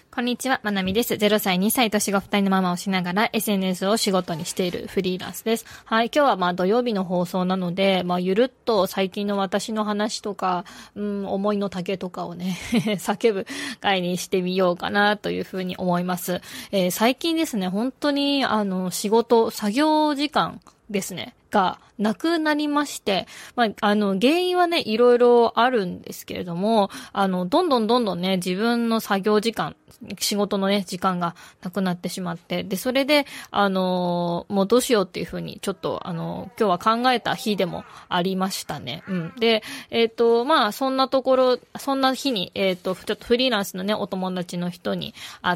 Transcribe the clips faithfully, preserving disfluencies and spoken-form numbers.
こんにちは、まなみです。ゼロさい、にさい、年子ふたりのママをしながら エスエヌエス を仕事にしているフリーランスです。はい、今日はまあ土曜日の放送なので、まあゆるっと最近の私の話とか、うん、思いの丈とかをね、叫ぶ回にしてみようかなというふうに思います。えー、最近ですね、本当にあの仕事、作業時間ですね。がなくなりまして、まあ、あの、原因はね、いろいろあるんですけれども、あの、どんどんどんどんね、自分の作業時間、仕事のね、時間がなくなってしまって、で、それで、あの、もうどうしようっていうふうに、ちょっと、あの、今日は考えた日でもありましたね。うん。で、えっと、まあ、そんなところ、そんな日に、えっと、ちょっとフリーランスのね、お友達の人に会って、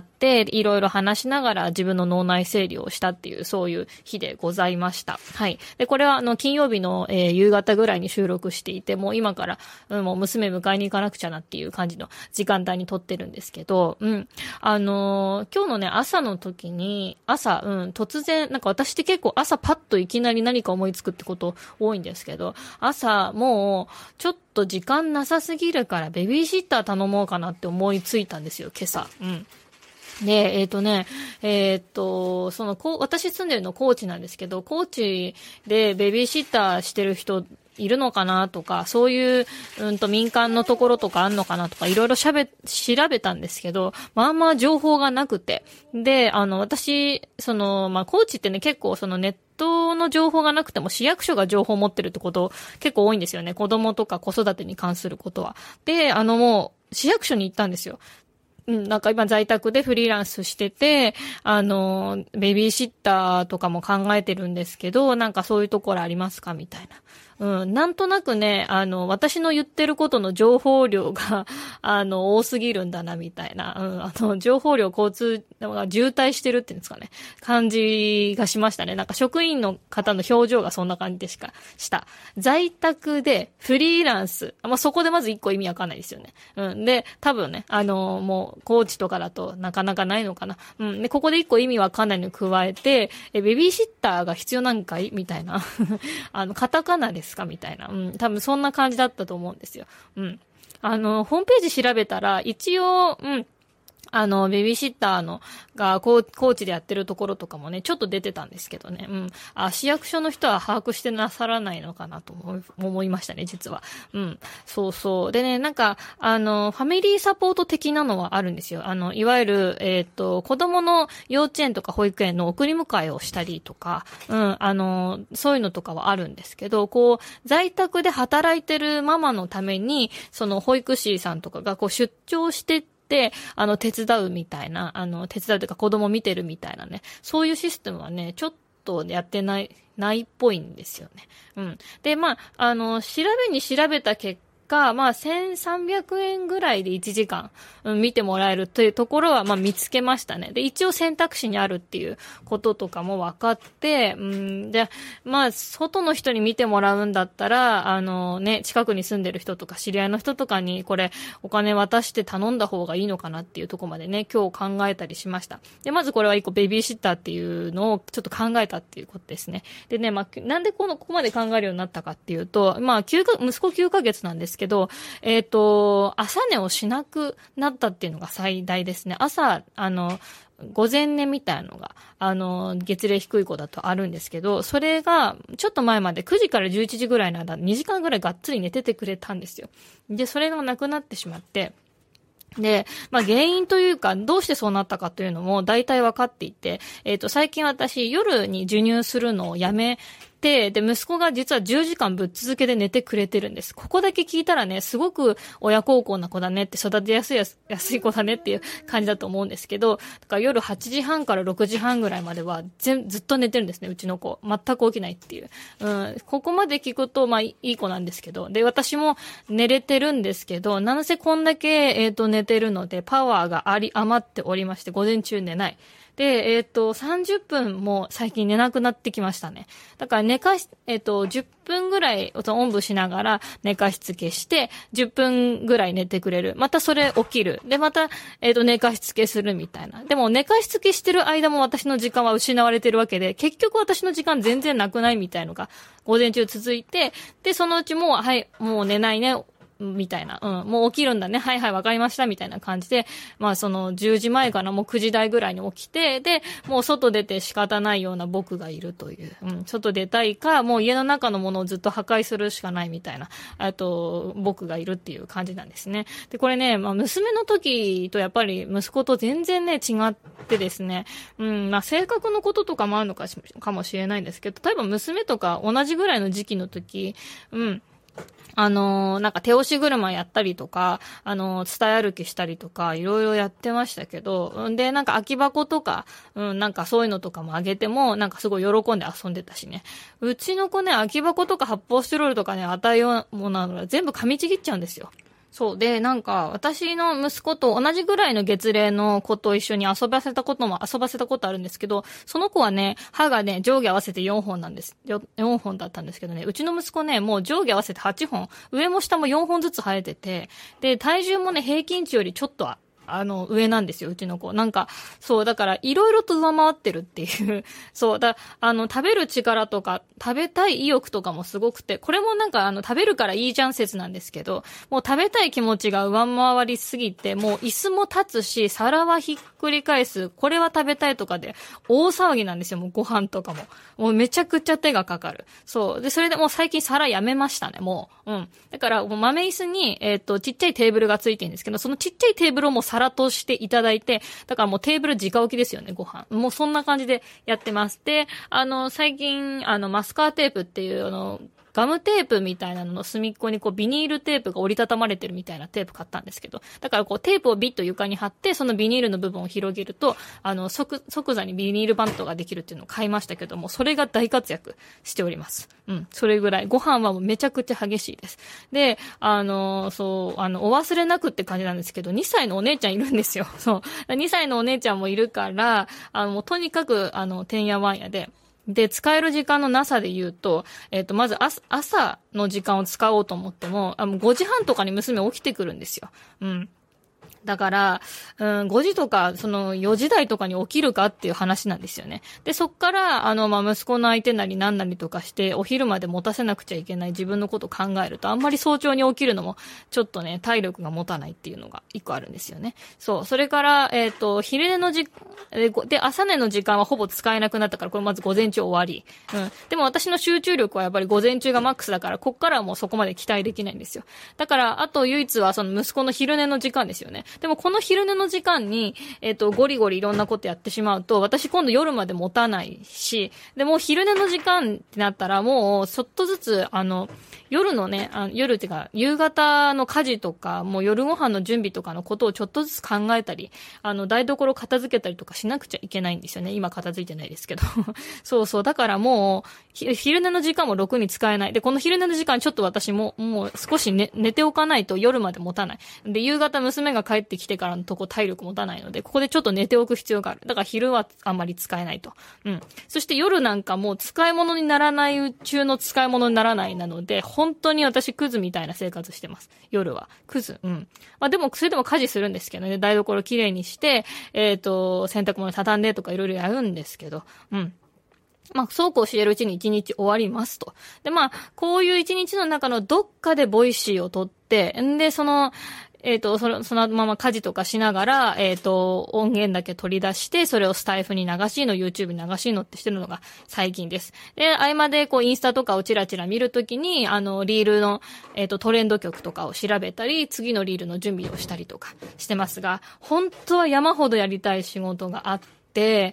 いろいろ話しながら自分の脳内整理をしたっていう、そういう日でございました。はい。で、これはあの、金曜日の、えー、夕方ぐらいに収録していて、もう今から、うん、もう娘迎えに行かなくちゃなっていう感じの時間帯に撮ってるんですけど、うん。あのー、今日のね、朝の時に、朝、うん、突然、なんか私って結構朝パッといきなり何か思いつくってこと多いんですけど、朝、もう、ちょっと時間なさすぎるからベビーシッター頼もうかなって思いついたんですよ、今朝。うん。で、えっとね、えっと、その、こう、私住んでるの高知なんですけど、高知でベビーシッターしてる人いるのかなとか、そういう、うんと民間のところとかあんのかなとか、いろいろしゃべ、調べたんですけど、まあまあ情報がなくて。で、あの、私、その、まあ、高知ってね、結構そのネットの情報がなくても市役所が情報を持ってるってこと結構多いんですよね。子供とか子育てに関することは。で、あのもう、市役所に行ったんですよ。うん、なんか今在宅でフリーランスしてて、あの、ベビーシッターとかも考えてるんですけど、なんかそういうところありますかみたいな。うん、なんとなくね、あの、私の言ってることの情報量が、あの、多すぎるんだな、みたいな。うん、あの、情報量交通が渋滞してるっていうんですかね。感じがしましたね。なんか職員の方の表情がそんな感じでしかした。在宅でフリーランス。まあ、そこでまず一個意味わかんないですよね。うん。で、多分ね、あの、もう、コーチとかだとなかなかないのかな。うん。で、ここで一個意味わかんないのに加えて、え、ベビーシッターが必要なんかいみたいな。あの、カタカナですかみたいな。うん。多分そんな感じだったと思うんですよ。うん。あの、ホームページ調べたら、一応、うん。あの、ベビーシッターの、が、コーチでやってるところとかもね、ちょっと出てたんですけどね。うん。あ、市役所の人は把握してなさらないのかなと思い、思いましたね、実は。うん。そうそう。でね、なんか、あの、ファミリーサポート的なのはあるんですよ。あの、いわゆる、えっと、子供の幼稚園とか保育園の送り迎えをしたりとか、うん、あの、そういうのとかはあるんですけど、こう、在宅で働いてるママのために、その保育士さんとかがこう出張してで、あの、手伝うみたいな、あの、手伝うというか子供見てるみたいなね、そういうシステムはね、ちょっとやってない、ないっぽいんですよね。うん。で、まあ、あの、調べに調べた結果、まあ、せんさんびゃくえんぐらいでいちじかん、うん、見てもらえるというところは、まあ、見つけましたね。で、一応選択肢にあるっていうこととかも分かって、うん、で、まあ、外の人に見てもらうんだったら、あのね、近くに住んでる人とか知り合いの人とかに、これ、お金渡して頼んだ方がいいのかなっていうところまでね、今日考えたりしました。で、まずこれは一個ベビーシッターっていうのをちょっと考えたっていうことですね。でね、まあ、なんでこの、ここまで考えるようになったかっていうと、まあ、きゅうか、息子きゅうかげつなんですけど、えっと、朝寝をしなくなったっていうのが最大ですね。朝、あの、午前寝みたいなのが、あの、月齢低い子だとあるんですけど、それが、ちょっと前までくじからじゅういちじぐらいの間、にじかんぐらいがっつり寝ててくれたんですよ。で、それがなくなってしまって、で、まあ原因というか、どうしてそうなったかというのも大体分かっていて、えっと、最近私夜に授乳するのをやめて、で、息子が実はじゅうじかんぶっ続けで寝てくれてるんです。ここだけ聞いたらね、すごく親孝行な子だねって、育てやすいやす、安い子だねっていう感じだと思うんですけど、だから夜はちじはんからろくじはんぐらいまでは全ずっと寝てるんですね、うちの子。全く起きないっていう。うん、ここまで聞くと、まあいい子なんですけど、で、私も寝れてるんですけど、なんせこんだけ、えっと、寝てるので、パワーがあり、余っておりまして、午前中寝ない。で、えっと、さんじゅっぷんも最近寝なくなってきましたね。だから寝かし、えっと、じゅっぷんぐらい、おんぶしながら寝かしつけして、じゅっぷんぐらい寝てくれる。またそれ起きる。で、また、えっと、寝かしつけするみたいな。でも、寝かしつけしてる間も私の時間は失われてるわけで、結局私の時間全然なくないみたいのが、午前中続いて、で、そのうちもう、はい、もう寝ないね。 みたいな。うん。もう起きるんだね。はいはい、わかりました。みたいな感じで、まあそのじゅうじまえからもうくじ台ぐらいに起きて、で、もう外出て仕方ないような僕がいるという。うん。外出たいか、もう家の中のものをずっと破壊するしかないみたいな、あと、僕がいるっていう感じなんですね。で、これね、まあ娘の時とやっぱり息子と全然ね、違ってですね、うん、まあ性格のこととかもあるのかし、かもしれないんですけど、例えば娘とか同じぐらいの時期の時、うん、あのー、なんか手押し車やったりとか、あのー、伝え歩きしたりとか、いろいろやってましたけど、で、なんか空き箱とか、うん、なんかそういうのとかもあげても、なんかすごい喜んで遊んでたしね。うちの子ね、空き箱とか発泡スチロールとかね、与えようものなので全部噛みちぎっちゃうんですよ。そう。で、なんか、私の息子と同じぐらいの月齢の子と一緒に遊ばせたことも、遊ばせたことあるんですけど、その子はね、歯がね、上下合わせてよんほんなんです。よんほんだったんですけどね、うちの息子ね、もう上下合わせてはっぽん、上も下もよんほんずつ生えてて、で、体重もね、平均値よりちょっとあの、上なんですよ、うちの子。なんか、そう、だから、いろいろと上回ってるっていう。そう、だ、あの、食べる力とか、食べたい意欲とかもすごくて、これもなんか、あの、食べるからいいじゃん説なんですけど、もう食べたい気持ちが上回りすぎて、もう椅子も立つし、皿はひっくり返す、これは食べたいとかで、大騒ぎなんですよ、もうご飯とかも。もうめちゃくちゃ手がかかる。そう。で、それでもう最近皿やめましたね、もう。うん。だから、もう豆椅子に、えっと、ちっちゃいテーブルがついてるんですけど、そのちっちゃいテーブルをもう皿としていただいて、だからもうテーブル直置きですよね、ご飯。もうそんな感じでやってます。で、あの、最近、あの、マスカーテープっていう、あの、ガムテープみたいなのの隅っこにこうビニールテープが折りたたまれてるみたいなテープ買ったんですけど、だからこうテープをビッと床に貼って、そのビニールの部分を広げると、あの、即、即座にビニールバントができるっていうのを買いましたけども、それが大活躍しております。うん、それぐらい。ご飯はもうめちゃくちゃ激しいです。で、あの、そう、あの、お忘れなくって感じなんですけど、にさいのお姉ちゃんいるんですよ。そう。にさいのお姉ちゃんもいるから、あの、もうとにかく、あの、てんやわんやで、で、使える時間のなさで言うと、えっと、まず朝、朝の時間を使おうと思っても、あのごじはんとかに娘起きてくるんですよ。うん。だから、うん、ごじとか、そのよじ台とかに起きるかっていう話なんですよね。で、そっから、あの、まあ、息子の相手なり何なりとかして、お昼まで持たせなくちゃいけない自分のことを考えると、あんまり早朝に起きるのも、ちょっとね、体力が持たないっていうのが一個あるんですよね。そう。それから、えっと、昼寝の時、で、朝寝の時間はほぼ使えなくなったから、これまず午前中終わり。うん。でも私の集中力はやっぱり午前中がマックスだから、こっからはもうそこまで期待できないんですよ。だから、あと唯一はその息子の昼寝の時間ですよね。でもこの昼寝の時間に、えっと、ゴリゴリいろんなことやってしまうと、私今度夜まで持たないし、で、もう昼寝の時間ってなったら、もう、ちょっとずつ、あの、夜のね、あの夜っていうか、夕方の家事とか、もう夜ご飯の準備とかのことをちょっとずつ考えたり、あの、台所片付けたりとかしなくちゃいけないんですよね。今片付いてないですけど。そうそう。だからもう、昼寝の時間もろくに使えない。で、この昼寝の時間ちょっと私も、もう少し寝、寝ておかないと夜まで持たない。で、夕方娘が帰ってきてからのとこ体力持たないので、ここでちょっと寝ておく必要がある。だから昼はあんまり使えないと。うん。そして夜なんかもう使い物にならない中の使い物にならないなので、本当に私クズみたいな生活してます。夜は。クズ。うん。まあでも、それでも家事するんですけどね。台所きれいにして、えっと、洗濯物畳んでとかいろいろやるんですけど、うん。まあ、そうこうしているうちに一日終わりますと。で、まあ、こういう一日の中のどっかでボイシーを撮って、んで、その、えっと、その、そのまま家事とかしながら、えっと、音源だけ取り出して、それをスタイフに流しの、YouTube に流しのってしてるのが最近です。で、合間でこう、インスタとかをチラチラ見るときに、あの、リールの、えっと、トレンド曲とかを調べたり、次のリールの準備をしたりとかしてますが、本当は山ほどやりたい仕事があって、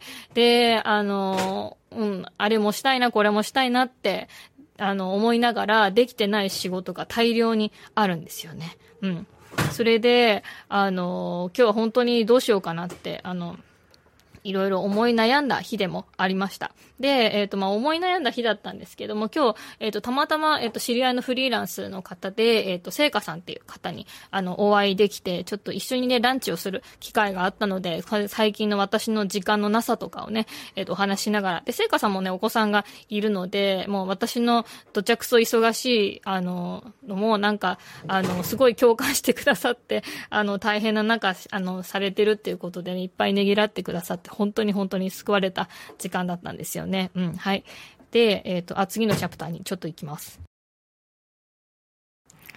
で、あの、うん、あれもしたいな、これもしたいなって、あの、思いながらできてない仕事が大量にあるんですよね。うん。それで、あの、今日は本当にどうしようかなって、あの、いろいろ思い悩んだ日でもありました。で、えっと、まあ、思い悩んだ日だったんですけども、今日、えっと、たまたま、えっと、知り合いのフリーランスの方で、えっと、聖華さんっていう方に、あの、お会いできて、ちょっと一緒にね、ランチをする機会があったので、最近の私の時間のなさとかをね、えっと、お話しながら、で、聖華さんもね、お子さんがいるので、もう私のどちゃくそ忙しい、あの、のも、なんか、あの、すごい共感してくださって、あの、大変な中、あの、されてるっていうことでね、いっぱいねぎらってくださって、本当に本当に救われた時間だったんですよね。うん、はい。で、えっと、あ、次のチャプターにちょっと行きます。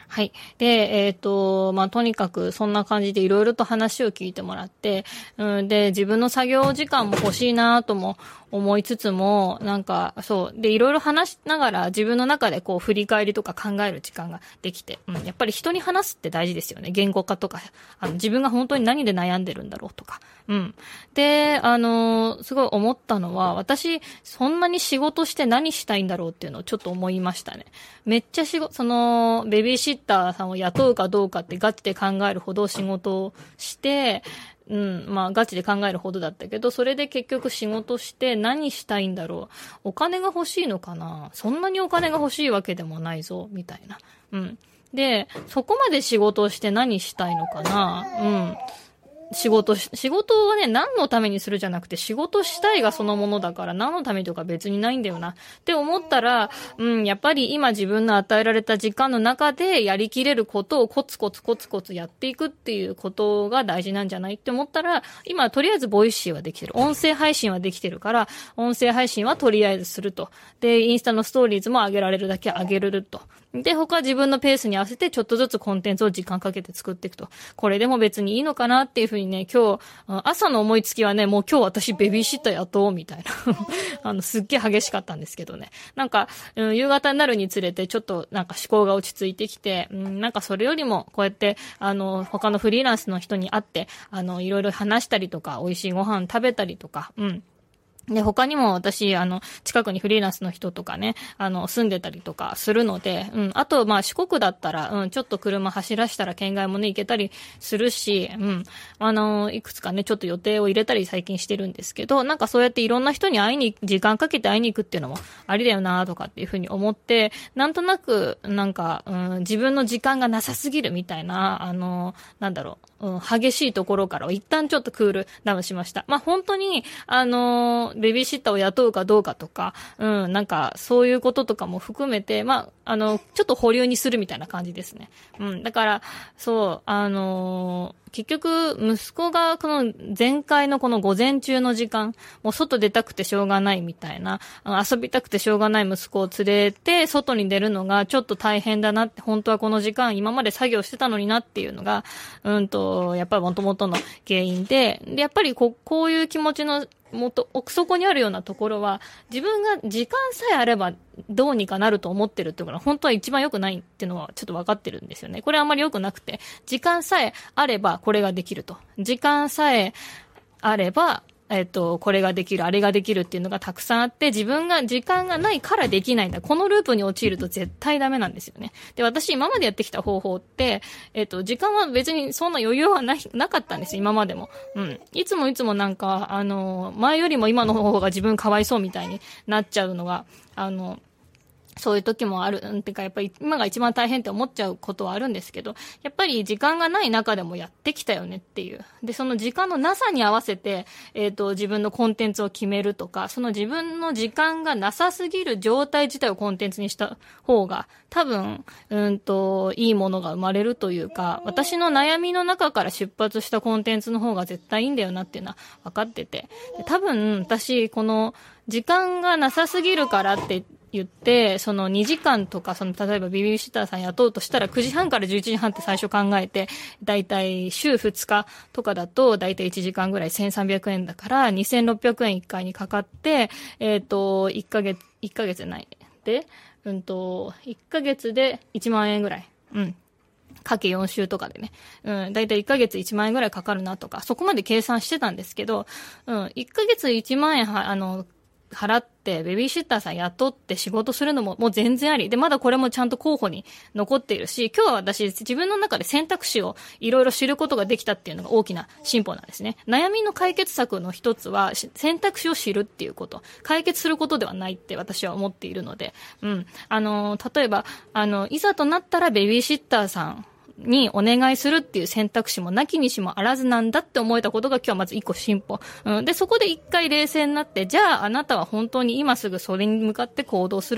はい。で、えっと、まあ、とにかくそんな感じでいろいろと話を聞いてもらって、うん、で、自分の作業時間も欲しいなとも思いつつも、なんか、そう。で、いろいろ話しながら自分の中でこう振り返りとか考える時間ができて、うん、やっぱり人に話すって大事ですよね。言語化とか、あの、自分が本当に何で悩んでるんだろうとか。うん。で、あの、すごい思ったのは、私、そんなに仕事して何したいんだろうっていうのをちょっと思いましたね。めっちゃ仕事、その、ベビーシッターさんを雇うかどうかってガチで考えるほど仕事をして、うん、まあガチで考えるほどだったけど、それで結局仕事して何したいんだろう。お金が欲しいのかな？そんなにお金が欲しいわけでもないぞ、みたいな。うん。で、そこまで仕事をして何したいのかな？うん。仕事し、仕事はね、何のためにするじゃなくて、仕事したいがそのものだから、何のためとか別にないんだよな。って思ったら、うん、やっぱり今自分の与えられた時間の中でやりきれることをコツコツコツコツやっていくっていうことが大事なんじゃないって思ったら、今とりあえずボイシーはできてる。音声配信はできてるから、音声配信はとりあえずすると。で、インスタのストーリーズも上げられるだけ上げれると。で、他自分のペースに合わせてちょっとずつコンテンツを時間かけて作っていくと。これでも別にいいのかなっていうふうにね、今日、朝の思いつきはね、もう今日私ベビーシッター雇おうみたいな。あの、すっげえ激しかったんですけどね。なんか、うん、夕方になるにつれてちょっとなんか思考が落ち着いてきて、うん、なんかそれよりもこうやって、あの、他のフリーランスの人に会って、あの、いろいろ話したりとか、美味しいご飯食べたりとか、うん。で、他にも私、あの、近くにフリーランスの人とかね、あの、住んでたりとかするので、うん。あと、まあ、四国だったら、うん、ちょっと車走らしたら県外もね、行けたりするし、うん。あの、いくつかね、ちょっと予定を入れたり最近してるんですけど、なんかそうやっていろんな人に会いに、時間かけて会いに行くっていうのもありだよなとかっていうふうに思って、なんとなく、なんか、うん、自分の時間がなさすぎるみたいな、あの、なんだろう、うん、激しいところから一旦ちょっとクールダウンしました。まあ、本当に、あの、ベビーシッターを雇うかどうかとか、うん、なんか、そういうこととかも含めて、まあ、あの、ちょっと保留にするみたいな感じですね。うん、だから、そう、あのー、結局、息子がこの前回のこの午前中の時間、もう外出たくてしょうがないみたいな、遊びたくてしょうがない息子を連れて、外に出るのがちょっと大変だなって、本当はこの時間今まで作業してたのになっていうのが、うんと、やっぱり元々の原因で、で、やっぱりここういう気持ちのもっと奥底にあるようなところは、自分が時間さえあればどうにかなると思ってるっていうのは本当は一番良くないっていうのはちょっと分かってるんですよね。これあんまり良くなくて、時間さえあればこれができると。時間さえあれば、えっと、これができる、あれができるっていうのがたくさんあって、自分が時間がないからできないんだ。このループに陥ると絶対ダメなんですよね。で、私今までやってきた方法って、えっと、時間は別にそんな余裕はない、なかったんですよ、今までも。うん。いつもいつもなんか、あの、前よりも今の方が自分かわいそうみたいになっちゃうのが、あの、そういう時もある。うん、てか、やっぱり今が一番大変って思っちゃうことはあるんですけど、やっぱり時間がない中でもやってきたよねっていう。で、その時間のなさに合わせて、えっと、自分のコンテンツを決めるとか、その自分の時間がなさすぎる状態自体をコンテンツにした方が、多分、うんと、いいものが生まれるというか、私の悩みの中から出発したコンテンツの方が絶対いいんだよなっていうのは分かってて。で、多分、私、この、時間がなさすぎるからって、言って、そのにじかんとか、その例えばビビーシッターさん雇うとしたらくじはんからじゅういちじはんって最初考えて、だいたい週ふつかとかだとだいたいいちじかんぐらいせんさんびゃくえんだからにせんろっぴゃくえんいっかいにかかって、えっと、いっかげつ、いっかげつない。で、うんと、いっかげつでいちまんえんぐらい。うん。かけよん週とかでね。うん。だいたいいっかげついちまんえんぐらいかかるなとか、そこまで計算してたんですけど、うん。いっかげついちまんえんは、あの、払ってベビーシッターさん雇って仕事するのももう全然ありで、まだこれもちゃんと候補に残っているし、今日は私自分の中で選択肢をいろいろ知ることができたっていうのが大きな進歩なんですね。悩みの解決策の一つは選択肢を知るっていうこと、解決することではないって私は思っているので、うん、あの例えばあのいざとなったらベビーシッターさんにお願いするっていう選択肢もなきにしもあらずなんだって思えたことが今日はまず一個進歩。うん。で、そこで一回冷静になって、じゃああなたは本当に今すぐそれに向かって行動するかっ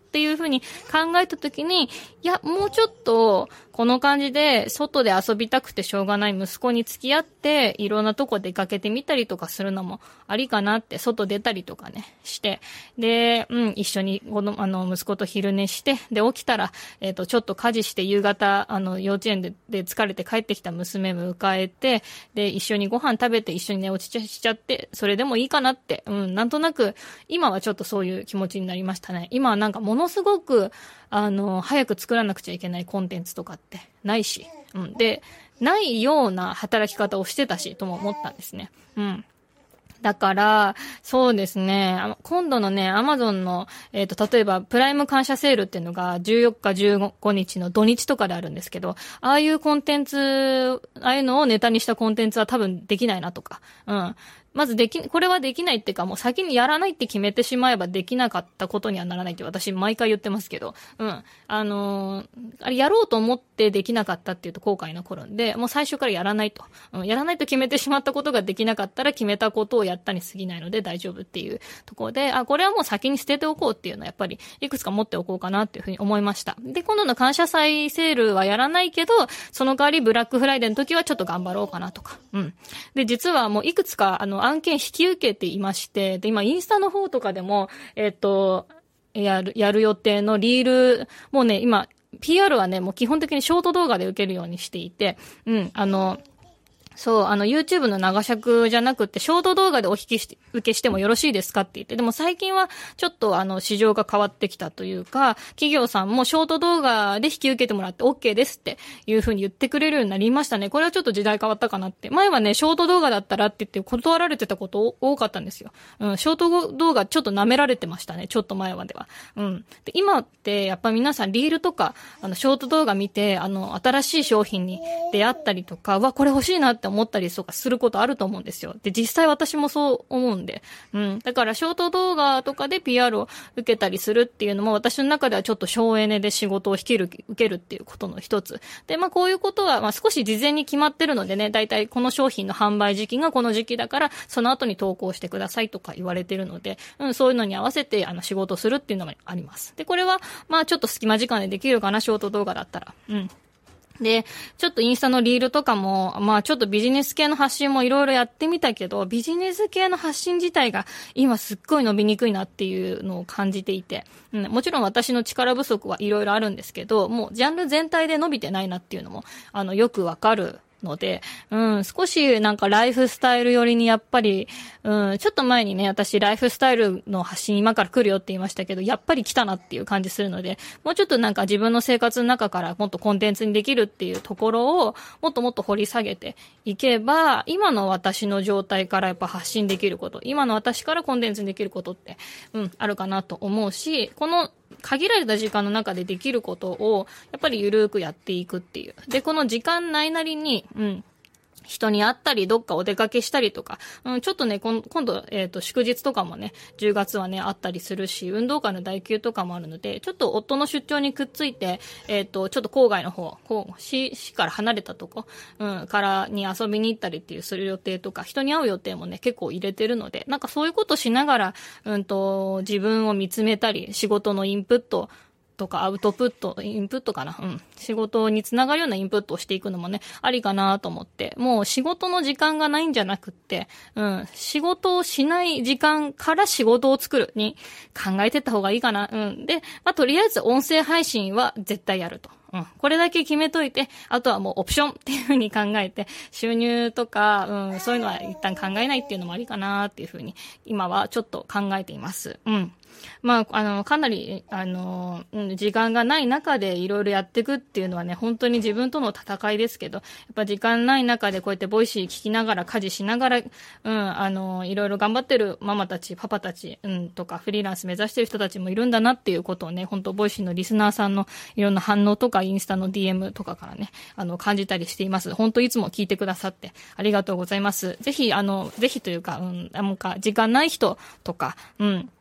っていうふうに考えたときに、いや、もうちょっと、この感じで、外で遊びたくてしょうがない息子に付き合って、いろんなとこ出かけてみたりとかするのもありかなって、外出たりとかね、して、で、うん、一緒に、この、あの、息子と昼寝して、で、起きたら、えっと、ちょっと家事して夕方、あの、幼稚園で、で疲れて帰ってきた娘迎えて、で、一緒にご飯食べて、一緒に寝落ちしちゃって、それでもいいかなって、うん、なんとなく、今はちょっとそういう気持ちになりましたね。今はなんかものすごく、あの、早く作らなくちゃいけないコンテンツとかってないし、うん。で、ないような働き方をしてたし、とも思ったんですね。うん。だから、そうですね。今度のね、アマゾンの、えっと、例えば、プライム感謝セールっていうのが、じゅうよっか、じゅうごにちの土日とかであるんですけど、ああいうコンテンツ、ああいうのをネタにしたコンテンツは多分できないなとか、うん。まずでき、これはできないっていうか、もう先にやらないって決めてしまえばできなかったことにはならないって私毎回言ってますけど、うん。あのー、あれやろうと思ってできなかったっていうと後悔残るんで、もう最初からやらないと。うん。やらないと決めてしまったことができなかったら決めたことをやったに過ぎないので大丈夫っていうところで、あ、これはもう先に捨てておこうっていうのはやっぱりいくつか持っておこうかなっていうふうに思いました。で、今度の感謝祭セールはやらないけど、その代わりブラックフライデーの時はちょっと頑張ろうかなとか。うん。で、実はもういくつかあの、案件引き受けていまして、で、今インスタの方とかでも、えっと、やる、やる予定のリール、もうね、今、ピーアール はね、もう基本的にショート動画で受けるようにしていて、うん、あの、そう、あの、YouTube の長尺じゃなくって、ショート動画でお引きして、受けしてもよろしいですかって言って、でも最近は、ちょっとあの、市場が変わってきたというか、企業さんもショート動画で引き受けてもらって OK ですっていう風に言ってくれるようになりましたね。これはちょっと時代変わったかなって。前はね、ショート動画だったらって言って断られてたこと多かったんですよ。うん、ショート動画ちょっと舐められてましたね。ちょっと前までは。うん。で、今って、やっぱ皆さんリールとか、あの、ショート動画見て、あの、新しい商品に出会ったりとか、うわ、これ欲しいなって思ったりとかすることあると思うんですよ。で、実際私もそう思うんで。うん。だから、ショート動画とかで ピーアール を受けたりするっていうのも、私の中ではちょっと省エネで仕事を引ける、受けるっていうことの一つ。で、まあ、こういうことは、まあ、少し事前に決まってるのでね、だいたいこの商品の販売時期がこの時期だから、その後に投稿してくださいとか言われてるので、うん、そういうのに合わせて、あの、仕事するっていうのがあります。で、これは、まあ、ちょっと隙間時間でできるかな、ショート動画だったら。うん。で、ちょっとインスタのリールとかも、まあちょっとビジネス系の発信もいろいろやってみたけど、ビジネス系の発信自体が今すっごい伸びにくいなっていうのを感じていて、うん、もちろん私の力不足はいろいろあるんですけど、もうジャンル全体で伸びてないなっていうのも、あの、よくわかるので、うん、少しなんかライフスタイル寄りにやっぱり、うん、ちょっと前にね、私ライフスタイルの発信今から来るよって言いましたけど、やっぱり来たなっていう感じするので、もうちょっとなんか自分の生活の中からもっとコンテンツにできるっていうところを、もっともっと掘り下げていけば、今の私の状態からやっぱ発信できること、今の私からコンテンツにできることって、うん、あるかなと思うし、この限られた時間の中でできることを、やっぱりゆるーくやっていくっていう。で、この時間内なりに、うん、人に会ったり、どっかお出かけしたりとか、うん、ちょっとね、今度、えっと、祝日とかもね、じゅうがつはね、あったりするし、運動会の代休とかもあるので、ちょっと夫の出張にくっついて、えっと、ちょっと郊外の方、こう、市、市から離れたとこ、うん、からに遊びに行ったりっていうする予定とか、人に会う予定もね、結構入れてるので、なんかそういうことしながら、うんと、自分を見つめたり、仕事のインプット、とかアウトプット、インプットかなうん。仕事につながるようなインプットをしていくのもね、ありかなと思って。もう仕事の時間がないんじゃなくって、うん。仕事をしない時間から仕事を作るに考えてった方がいいかな。うん。で、まあ、とりあえず音声配信は絶対やると。うん。これだけ決めといて、あとはもうオプションっていう風に考えて、収入とか、うん、そういうのは一旦考えないっていうのもありかなっていう風に、今はちょっと考えています。うん。まあ、あの、かなり、あの、うん、時間がない中でいろいろやっていくっていうのはね、本当に自分との戦いですけど、やっぱ時間ない中でこうやってボイシー聞きながら、家事しながら、うん、あの、いろいろ頑張ってるママたち、パパたち、うん、とか、フリーランス目指してる人たちもいるんだなっていうことをね、本当ボイシーのリスナーさんのいろんな反応とか、インスタの ディーエム とかからね、あの、感じたりしています。本当いつも聞いてくださってありがとうございます。ぜひ、あの、ぜひというか、うん、なんか、時間ない人とか、うん、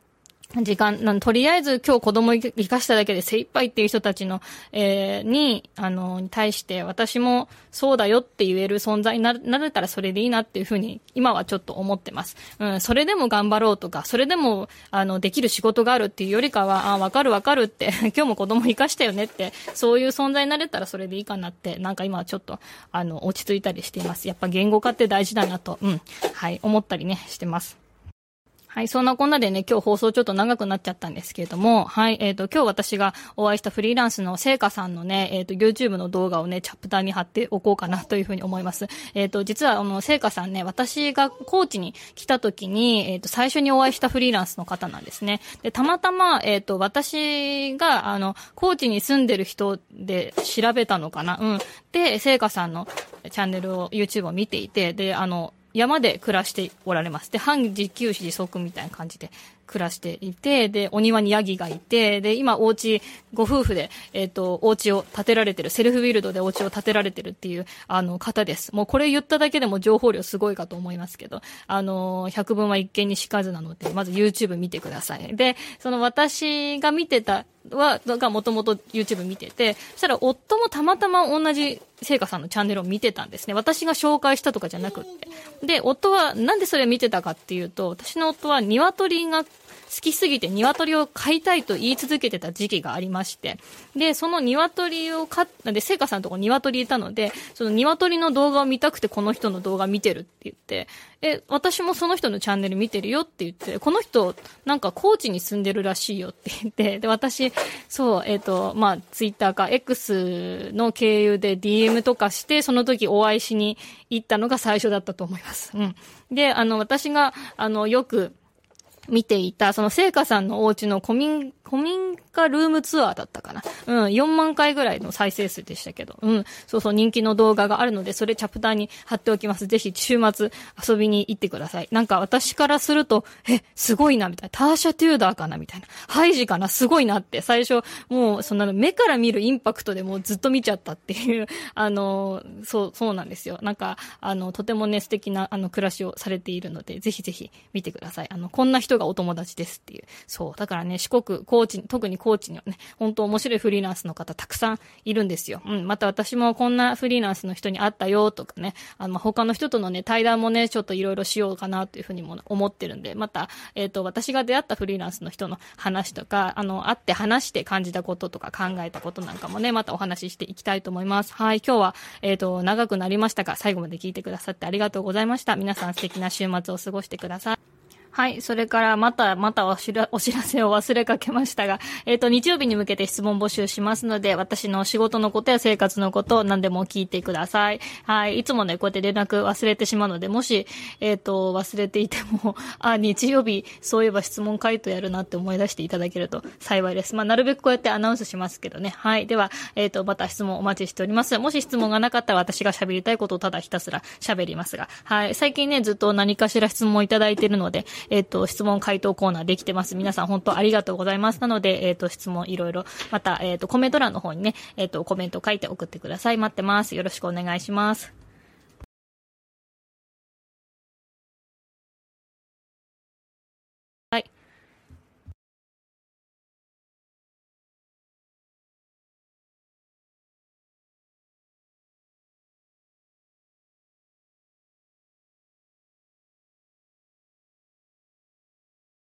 時間、なんとりあえず今日子供生かしただけで精一杯っていう人たちの、えー、に、あの、に対して私もそうだよって言える存在にな、なれたらそれでいいなっていうふうに今はちょっと思ってます。うん、それでも頑張ろうとか、それでも、あの、できる仕事があるっていうよりかは、あ、わかるわかるって、今日も子供生かしたよねって、そういう存在になれたらそれでいいかなって、なんか今はちょっと、あの、落ち着いたりしています。やっぱ言語化って大事だなと、うん、はい、思ったりね、してます。はい、そんなこんなでね、今日放送ちょっと長くなっちゃったんですけれども、はい、えっと、今日私がお会いしたフリーランスの聖華さんのね、えっと、YouTube の動画をね、チャプターに貼っておこうかなというふうに思います。えっと、実は、あの、聖華さんね、私が高知に来た時に、えっと、最初にお会いしたフリーランスの方なんですね。で、たまたま、えっと、私が、あの、高知に住んでる人で調べたのかな、うん。で、聖華さんのチャンネルを、YouTube を見ていて、で、あの、山で暮らしておられます。で、半自給自足みたいな感じで暮らしていて、で、お庭にヤギがいて、で、今お家、ご夫婦で、えっと、お家を建てられてる、セルフビルドでお家を建てられてるっていう、あの、方です。もうこれ言っただけでも情報量すごいかと思いますけど、あの、百聞は一見にしかずなので、まず YouTube 見てください。で、その私が見てた、は、がもともと YouTube 見てて、そしたら夫もたまたま同じ聖華さんのチャンネルを見てたんですね。私が紹介したとかじゃなくって。で、夫はなんでそれ見てたかっていうと、私の夫は鶏が好きすぎて鶏を飼いたいと言い続けてた時期がありまして、で、その鶏を飼っ、で、聖華さんのとこ鶏いたので、その鶏の動画を見たくてこの人の動画見てるって言って、え、私もその人のチャンネル見てるよって言って、この人、なんか高知に住んでるらしいよって言って、で、私、そう、えっと、まあ、ツイッターか X の経由で ディーエム とかして、その時お会いしに行ったのが最初だったと思います。うん。で、あの、私が、あの、よく、見ていた、その聖華さんのお家の古民、古民家ルームツアーだったかな。うん、よんまんかいぐらいの再生数でしたけど、うん、そうそう人気の動画があるので、それチャプターに貼っておきます。ぜひ週末遊びに行ってください。なんか私からすると、え、すごいな、みたいな。ターシャ・テューダーかな、みたいな。ハイジかな、すごいなって、最初、もう、そんなの目から見るインパクトでもうずっと見ちゃったっていう、あの、そう、そうなんですよ。なんか、あの、とてもね、素敵な、あの、暮らしをされているので、ぜひぜひ見てください。あの、こんな人がお友達ですっていう。そう。だからね、四国、高知、特に高知にはね、本当面白いフリーランスの方たくさんいるんですよ。うん。また私もこんなフリーランスの人に会ったよとかね、あの、他の人とのね、対談もね、ちょっといろいろしようかなというふうにも思ってるんで、また、えっと、私が出会ったフリーランスの人の話とか、あの、会って話して感じたこととか考えたことなんかもね、またお話ししていきたいと思います。はい。今日は、えっと、長くなりましたが、最後まで聞いてくださってありがとうございました。皆さん素敵な週末を過ごしてください。はい。それから、また、またお知ら、お知らせを忘れかけましたが、えっと、日曜日に向けて質問募集しますので、私の仕事のことや生活のことを何でも聞いてください。はい。いつもね、こうやって連絡忘れてしまうので、もし、えっと、忘れていても、あ、日曜日、そういえば質問回答やるなって思い出していただけると幸いです。まあ、なるべくこうやってアナウンスしますけどね。はい。では、えっと、また質問お待ちしております。もし質問がなかったら私が喋りたいことをただひたすら喋りますが、はい。最近ね、ずっと何かしら質問をいただいているので、えっと、質問回答コーナーできてます。皆さん本当ありがとうございます。なので、えっと、質問いろいろ、また、えっと、コメント欄の方にね、えっと、コメント書いて送ってください。待ってます。よろしくお願いします。